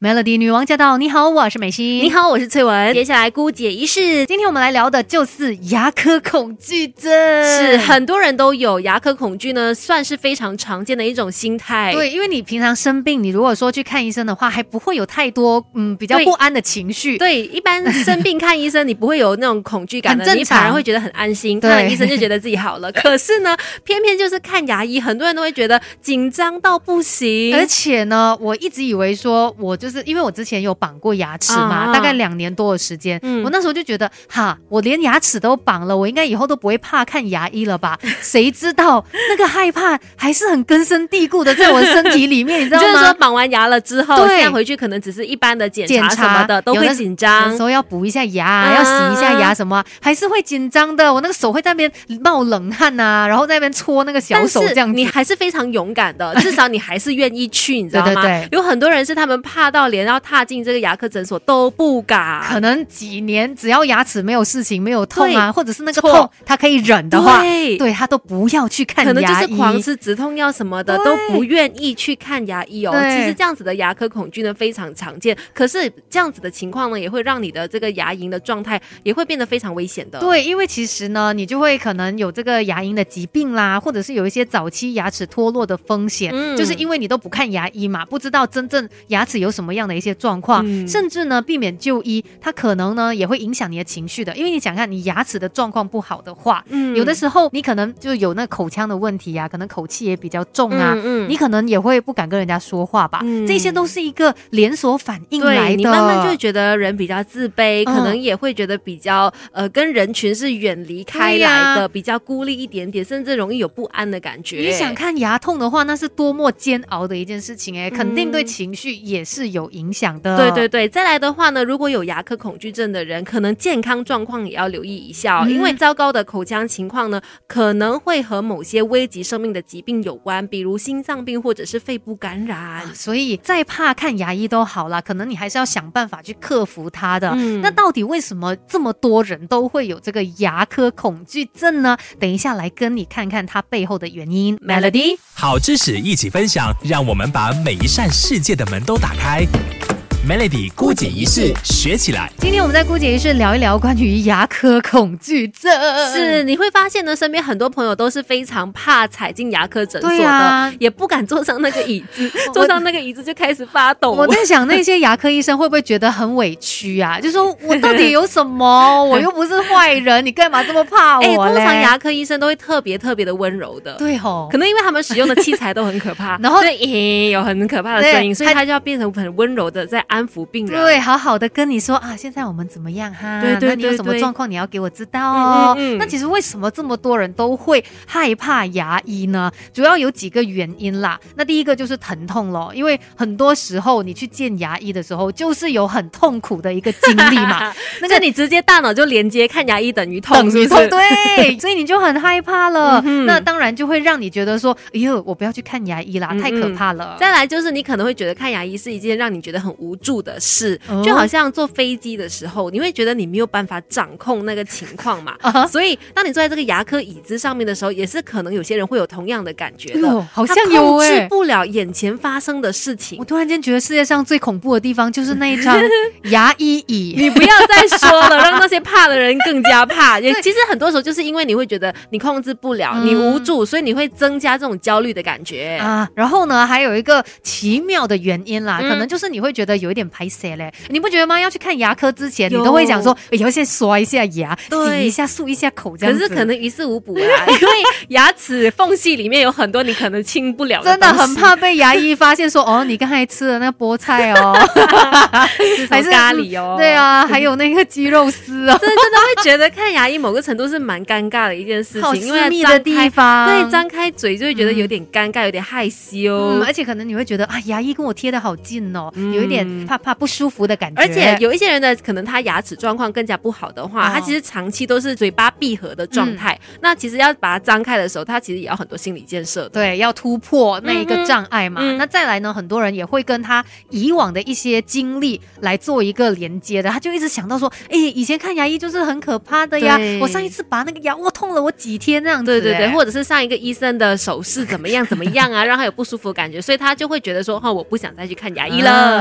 Melody 女王驾到！你好，我是美心。 你好，我是翠文。接下来姑姐一世， 今天我们来聊的就是牙科恐惧症。 是很多人都有牙科恐惧呢，算是非常常见的一种心态。 对，因为你平常生病，你如果说去看医生的话，还不会有太多比较不安的情绪。 对，一般生病看医生，你不会有那种恐惧感的，你反而会觉得很安心。看了医生就觉得自己好了。可是呢，偏偏就是看牙医，很多人都会觉得紧张到不行。 而且呢，我一直以为说我就是因为我之前有绑过牙齿嘛，大概2年多的时间，我那时候就觉得我连牙齿都绑了，我应该以后都不会怕看牙医了吧？谁知道那个害怕还是很根深蒂固的在我的身体里面，你知道吗？ 就是说绑完牙了之后，现在回去可能只是一般的检查什么的都会紧张， 有时候要补一下牙，要洗一下牙什么，还是会紧张的。我那个手会在那边冒冷汗啊，然后在那边搓那个小手这样子。 你还是非常勇敢的，至少你还是愿意去，你知道吗？ 对， 有很多人是他们怕到连要踏进这个牙科诊所都不敢， 可能几年只要牙齿没有事情没有痛啊，或者是那个痛他可以忍的话，对他都不要去看牙医， 可能就是狂吃止痛药什么的都不愿意去看牙医哦。其实这样子的牙科恐惧呢非常常见，可是这样子的情况呢也会让你的这个牙龈的状态也会变得非常危险的。 对，因为其实呢你就会可能有这个牙龈的疾病啦，或者是有一些早期牙齿脱落的风险，就是因为你都不看牙医嘛，不知道真正牙齿有什么样的一些状况，甚至呢避免就医，它可能呢也会影响你的情绪的。因为你想看你牙齿的状况不好的话，有的时候你可能就有那口腔的问题啊，可能口气也比较重啊，你可能也会不敢跟人家说话吧，这些都是一个连锁反应来的。 对，你慢慢就会觉得人比较自卑，可能也会觉得比较跟人群是远离开来的，比较孤立一点点，甚至容易有不安的感觉。 你想看牙痛的话，那是多么煎熬的一件事情肯定对情绪也是有影响的。 对，再来的话呢，如果有牙科恐惧症的人，可能健康状况也要留意一下因为糟糕的口腔情况呢，可能会和某些危及生命的疾病有关，比如心脏病或者是肺部感染。 所以再怕看牙医都好啦，可能你还是要想办法去克服它的。那到底为什么这么多人都会有这个牙科恐惧症呢？等一下来跟你看看它背后的原因。 Melody 好知识一起分享，让我们把每一扇世界的门都打开。Melody 姑姐一世学起来。 今天我们在姑姐一世聊一聊关于牙科恐惧症。 是，你会发现呢，身边很多朋友都是非常怕踩进牙科诊所的，也不敢坐上那个椅子，坐上那个椅子就开始发抖。 我在想那些牙科医生会不会觉得很委屈啊？就说我到底有什么？我又不是坏人，你干嘛这么怕我嘞？ 通常牙科医生都会特别的温柔的。 对吼， 可能因为他们使用的器材都很可怕，然后有很可怕的声音，所以他就要变成很温柔的在安抚病人。 对，好好的跟你说现在我们怎么样哈？ 对， 那你有什么状况你要给我知道哦。那其实为什么这么多人都会害怕牙医呢？主要有几个原因啦。那第一个就是疼痛咯，因为很多时候你去见牙医的时候，就是有很痛苦的一个经历嘛。 那个你直接大脑就连接看牙医等于痛，是不是？ 对，所以你就很害怕了。那当然就会让你觉得说，哎呦，我不要去看牙医啦，太可怕了。 再来就是你可能会觉得看牙医是一件让你觉得很无助的事，就好像坐飞机的时候，你会觉得你没有办法掌控那个情况嘛，所以当你坐在这个牙科椅子上面的时候，也是可能有些人会有同样的感觉的。 好像有控制不了眼前发生的事情。 我突然间觉得世界上最恐怖的地方就是那一张牙医椅。 你不要再说了，让那些怕的人更加怕。其实很多时候就是因为你会觉得你控制不了，你无助，所以你会增加这种焦虑的感觉啊。然后呢，还有一个奇妙的原因啦，可能就是你会觉得有一点排泄嘞。你不觉得吗？要去看牙科之前，你都会讲说，要先刷一下牙，洗一下、漱一下口这样子。 可是可能于事无补啊，因为牙齿缝隙里面有很多你可能清不了的东西。 真的很怕被牙医发现说，你刚才吃的那个菠菜还是咖喱对啊，还有那个鸡肉丝真的会觉得看牙医某个程度是蛮尴尬的一件事情， 好私密的地方， 对，张开嘴就会觉得有点尴尬，有点害羞， 而且可能你会觉得牙医跟我贴得好近哦，有一点怕不舒服的感觉。 而且有一些人的可能他牙齿状况更加不好的话，他其实长期都是嘴巴闭合的状态，那其实要把它张开的时候，他其实也要很多心理建设的。 对，要突破那一个障碍嘛。那再来呢，很多人也会跟他以往的一些经历来做一个连接的，他就一直想到说，以前看牙医就是很可怕的呀，我上一次拔那个牙，痛了我几天那样子。 对，或者是上一个医生的手势怎么样啊，让他有不舒服的感觉，所以他就会觉得说，我不想再去看牙医了。 所以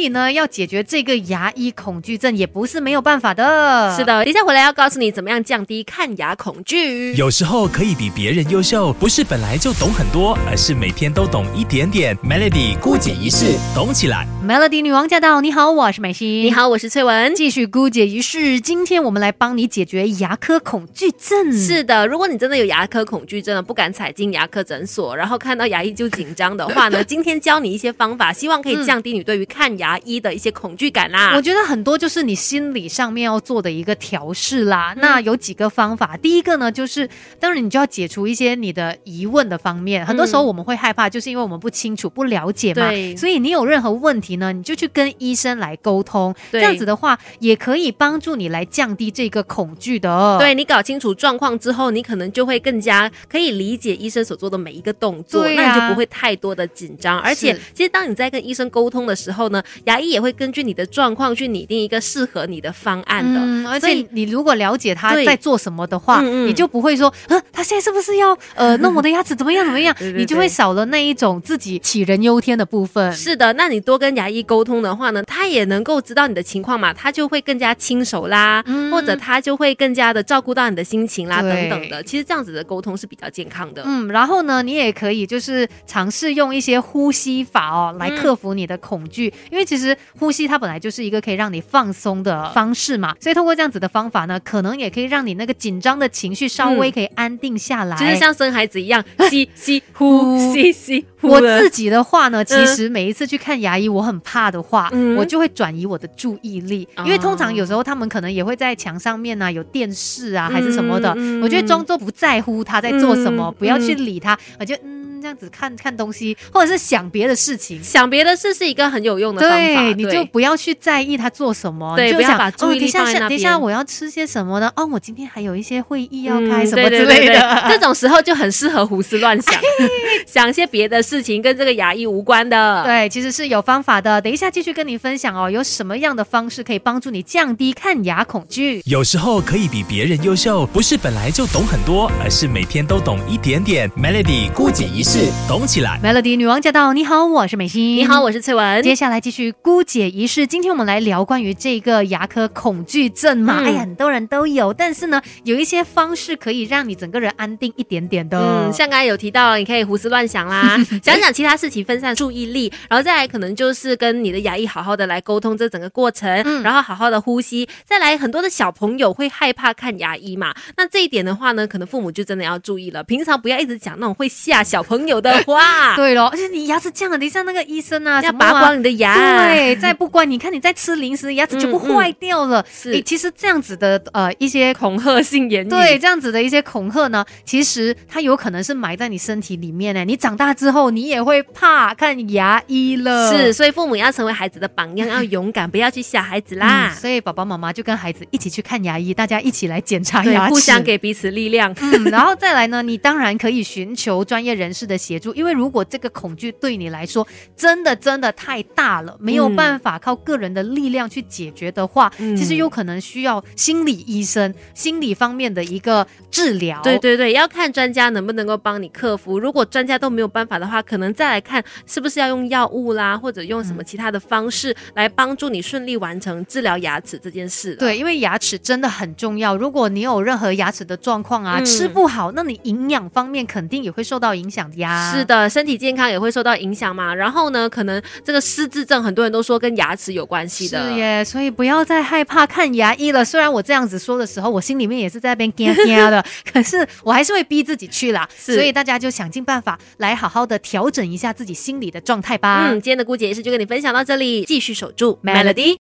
以呢，要解决这个牙医恐惧症也不是没有办法的。 是的，等一下回来要告诉你怎么样降低看牙恐惧。 有时候可以比别人优秀，不是本来就懂很多，而是每天都懂一点点。Melody 姑姐仪式，懂起来。 Melody 女王驾到！你好，我是美心。 你好，我是翠文。 继续姑姐仪式，今天我们来帮你解决牙科恐惧症。 是的，如果你真的有牙科恐惧症，不敢踩进牙科诊所，然后看到牙医就紧张的话呢，今天教你一些方法，希望可以降低你对于看牙医的一些恐惧感啦。 我觉得很多就是你心理上面要做的一个调试啦。那有几个方法，第一个呢，就是当然你就要解除一些你的疑问的方面。很多时候我们会害怕，就是因为我们不清楚、不了解嘛。所以你有任何问题呢，你就去跟医生来沟通。这样子的话，也可以帮助你来降低这个恐惧的。 对，你搞清楚状况之后，你可能就会更加可以理解医生所做的每一个动作，那你就不会太多的紧张。而且，其实当你在跟医生沟通的时候呢，牙医也会根据你的状况去拟定一个适合你的方案的。 而且你如果了解他在做什么的话，你就不会说，他现在是不是要弄我的牙齿怎么样怎么样？你就会少了那一种自己杞人忧天的部分。 是的，那你多跟牙医沟通的话呢，他也能够知道你的情况嘛，他就会更加亲手啦，或者他就会更加的照顾到你的心情啦，等等的。其实这样子的沟通是比较健康的。 然后呢，你也可以就是尝试用一些呼吸法来克服你的恐惧，因为其实呼吸它本来就是一个可以让你放松的方式嘛，所以通过这样子的方法呢，可能也可以让你那个紧张的情绪稍微可以安定下来， 就是像生孩子一样，吸吸呼，吸吸呼。 我自己的话呢，其实每一次去看牙医，我很怕的话，我就会转移我的注意力，因为通常有时候他们可能也会在墙上面啊有电视啊还是什么的，我就会装作不在乎他在做什么，不要去理他，我就这样子看看东西，或者是想别的事情。 想别的事是一个很有用的方法。 对，你就不要去在意他做什么， 对， 你就不要把注意力放在那边。 等一下我要吃些什么呢？我今天还有一些会议要开什么之类的。 这种时候就很适合胡思乱想，想些别的事情跟这个牙医无关的。 对，其实是有方法的。等一下继续跟你分享有什么样的方式可以帮助你降低看牙恐惧。 有时候可以比别人优秀，不是本来就懂很多，而是每天都懂一点点。Melody 姑姐仪式，懂起来。 Melody 女王驾到！你好，我是美心。 你好，我是翠文。 接下来继续姑姐仪式。今天我们来聊关于这个牙科恐惧症嘛。很多人都有，但是呢，有一些方式可以让你整个人安定一点点的。 像刚才有提到，你可以胡思乱想啦，想想其他事情，分散注意力，然后再来可能就是跟你的牙医好好的来沟通这整个过程，然后好好的呼吸。再来，很多的小朋友会害怕看牙医嘛，那这一点的话呢，可能父母就真的要注意了，平常不要一直讲那种会吓小朋友的话。 对咯，而且你牙齿这样了，等一下那个医生啊， 要拔光你的牙， 对，再不乖，你看你再吃零食，牙齿就不坏掉了。其实这样子的一些恐吓性言语， 对，这样子的一些恐吓呢，其实它有可能是埋在你身体里面呢。你长大之后，你也会怕看牙医了。 是，所以父母要成为孩子的榜样，要勇敢，不要去吓孩子啦。 所以爸爸妈妈就跟孩子一起去看牙医，大家一起来检查牙齿， 互相给彼此力量。 然后再来呢，你当然可以寻求专业人士的协助，因为如果这个恐惧对你来说真的太大了，没有办法靠个人的力量去解决的话，其实有可能需要心理医生、心理方面的一个治疗。 对，要看专家能不能够帮你克服。如果专家都没有办法的话，可能再来看是不是要用药物啦，或者用什么其他的方式来帮助你顺利完成治疗牙齿这件事。 对，因为牙齿真的很重要。如果你有任何牙齿的状况啊，吃不好，那你营养方面肯定也会受到影响的呀。 是的，身体健康也会受到影响嘛。然后呢，可能这个失智症很多人都说跟牙齿有关系的。 是耶，所以不要再害怕看牙医了。虽然我这样子说的时候，我心里面也是在那边惊惊的，可是我还是会逼自己去啦。所以大家就想尽办法来好好的调整一下自己心理的状态吧。 今天的姑姐仪式就跟你分享到这里，继续守住 Melody。